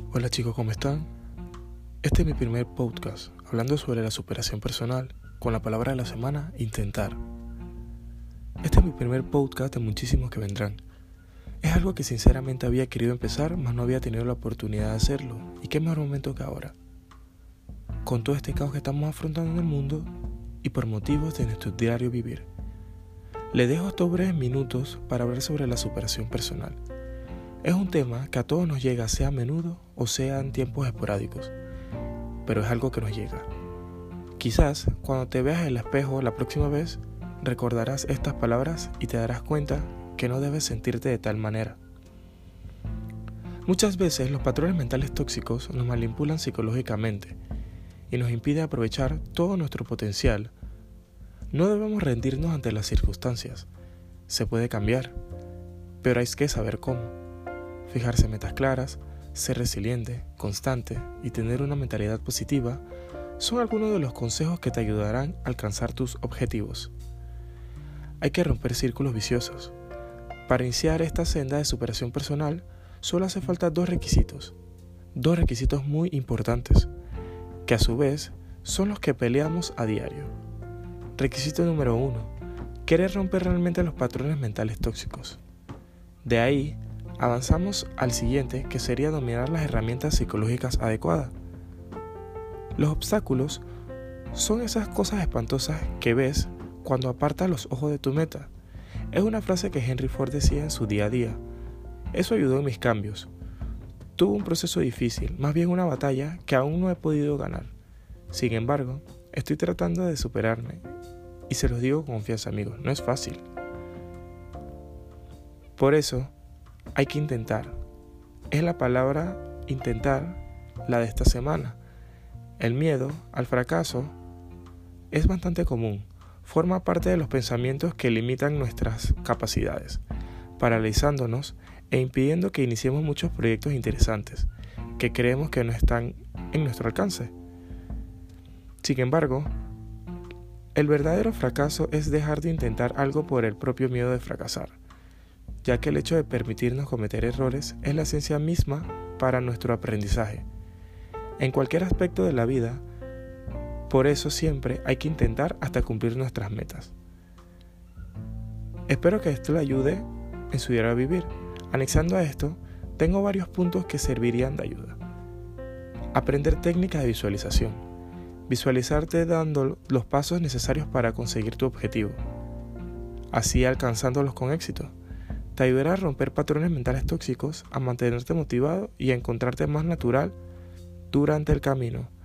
Hola chicos, ¿cómo están? Este es mi primer podcast, hablando sobre la superación personal, con la palabra de la semana, intentar. Este es mi primer podcast de muchísimos que vendrán. Es algo que sinceramente había querido empezar, mas no había tenido la oportunidad de hacerlo, y qué mejor momento que ahora. Con todo este caos que estamos afrontando en el mundo, y por motivos de nuestro diario vivir. Les dejo estos breves minutos para hablar sobre la superación personal. Es un tema que a todos nos llega, sea a menudo o sea en tiempos esporádicos, pero es algo que nos llega. Quizás cuando te veas en el espejo la próxima vez, recordarás estas palabras y te darás cuenta que no debes sentirte de tal manera. Muchas veces los patrones mentales tóxicos nos manipulan psicológicamente y nos impiden aprovechar todo nuestro potencial. No debemos rendirnos ante las circunstancias. Se puede cambiar, pero hay que saber cómo. Fijarse metas claras, ser resiliente, constante y tener una mentalidad positiva son algunos de los consejos que te ayudarán a alcanzar tus objetivos. Hay que romper círculos viciosos. Para iniciar esta senda de superación personal, solo hace falta dos requisitos muy importantes, que a su vez son los que peleamos a diario. Requisito número 1. Querer romper realmente los patrones mentales tóxicos. De ahí, avanzamos al siguiente, que sería dominar las herramientas psicológicas adecuadas. Los obstáculos son esas cosas espantosas que ves cuando apartas los ojos de tu meta. Es una frase que Henry Ford decía en su día a día. Eso ayudó en mis cambios. Tuve un proceso difícil, más bien una batalla que aún no he podido ganar. Sin embargo, estoy tratando de superarme. Y se los digo con confianza, amigos, no es fácil. Por eso, hay que intentar. Es la palabra intentar la de esta semana. El miedo al fracaso es bastante común. Forma parte de los pensamientos que limitan nuestras capacidades, paralizándonos e impidiendo que iniciemos muchos proyectos interesantes que creemos que no están en nuestro alcance. Sin embargo, el verdadero fracaso es dejar de intentar algo por el propio miedo de fracasar, ya que el hecho de permitirnos cometer errores es la esencia misma para nuestro aprendizaje, en cualquier aspecto de la vida. Por eso siempre hay que intentar hasta cumplir nuestras metas. Espero que esto le ayude en su diario vivir. Anexando a esto, tengo varios puntos que servirían de ayuda. Aprender técnicas de visualización. Visualizarte dando los pasos necesarios para conseguir tu objetivo, así alcanzándolos con éxito. Te ayudará a romper patrones mentales tóxicos, a mantenerte motivado y a encontrarte más natural durante el camino.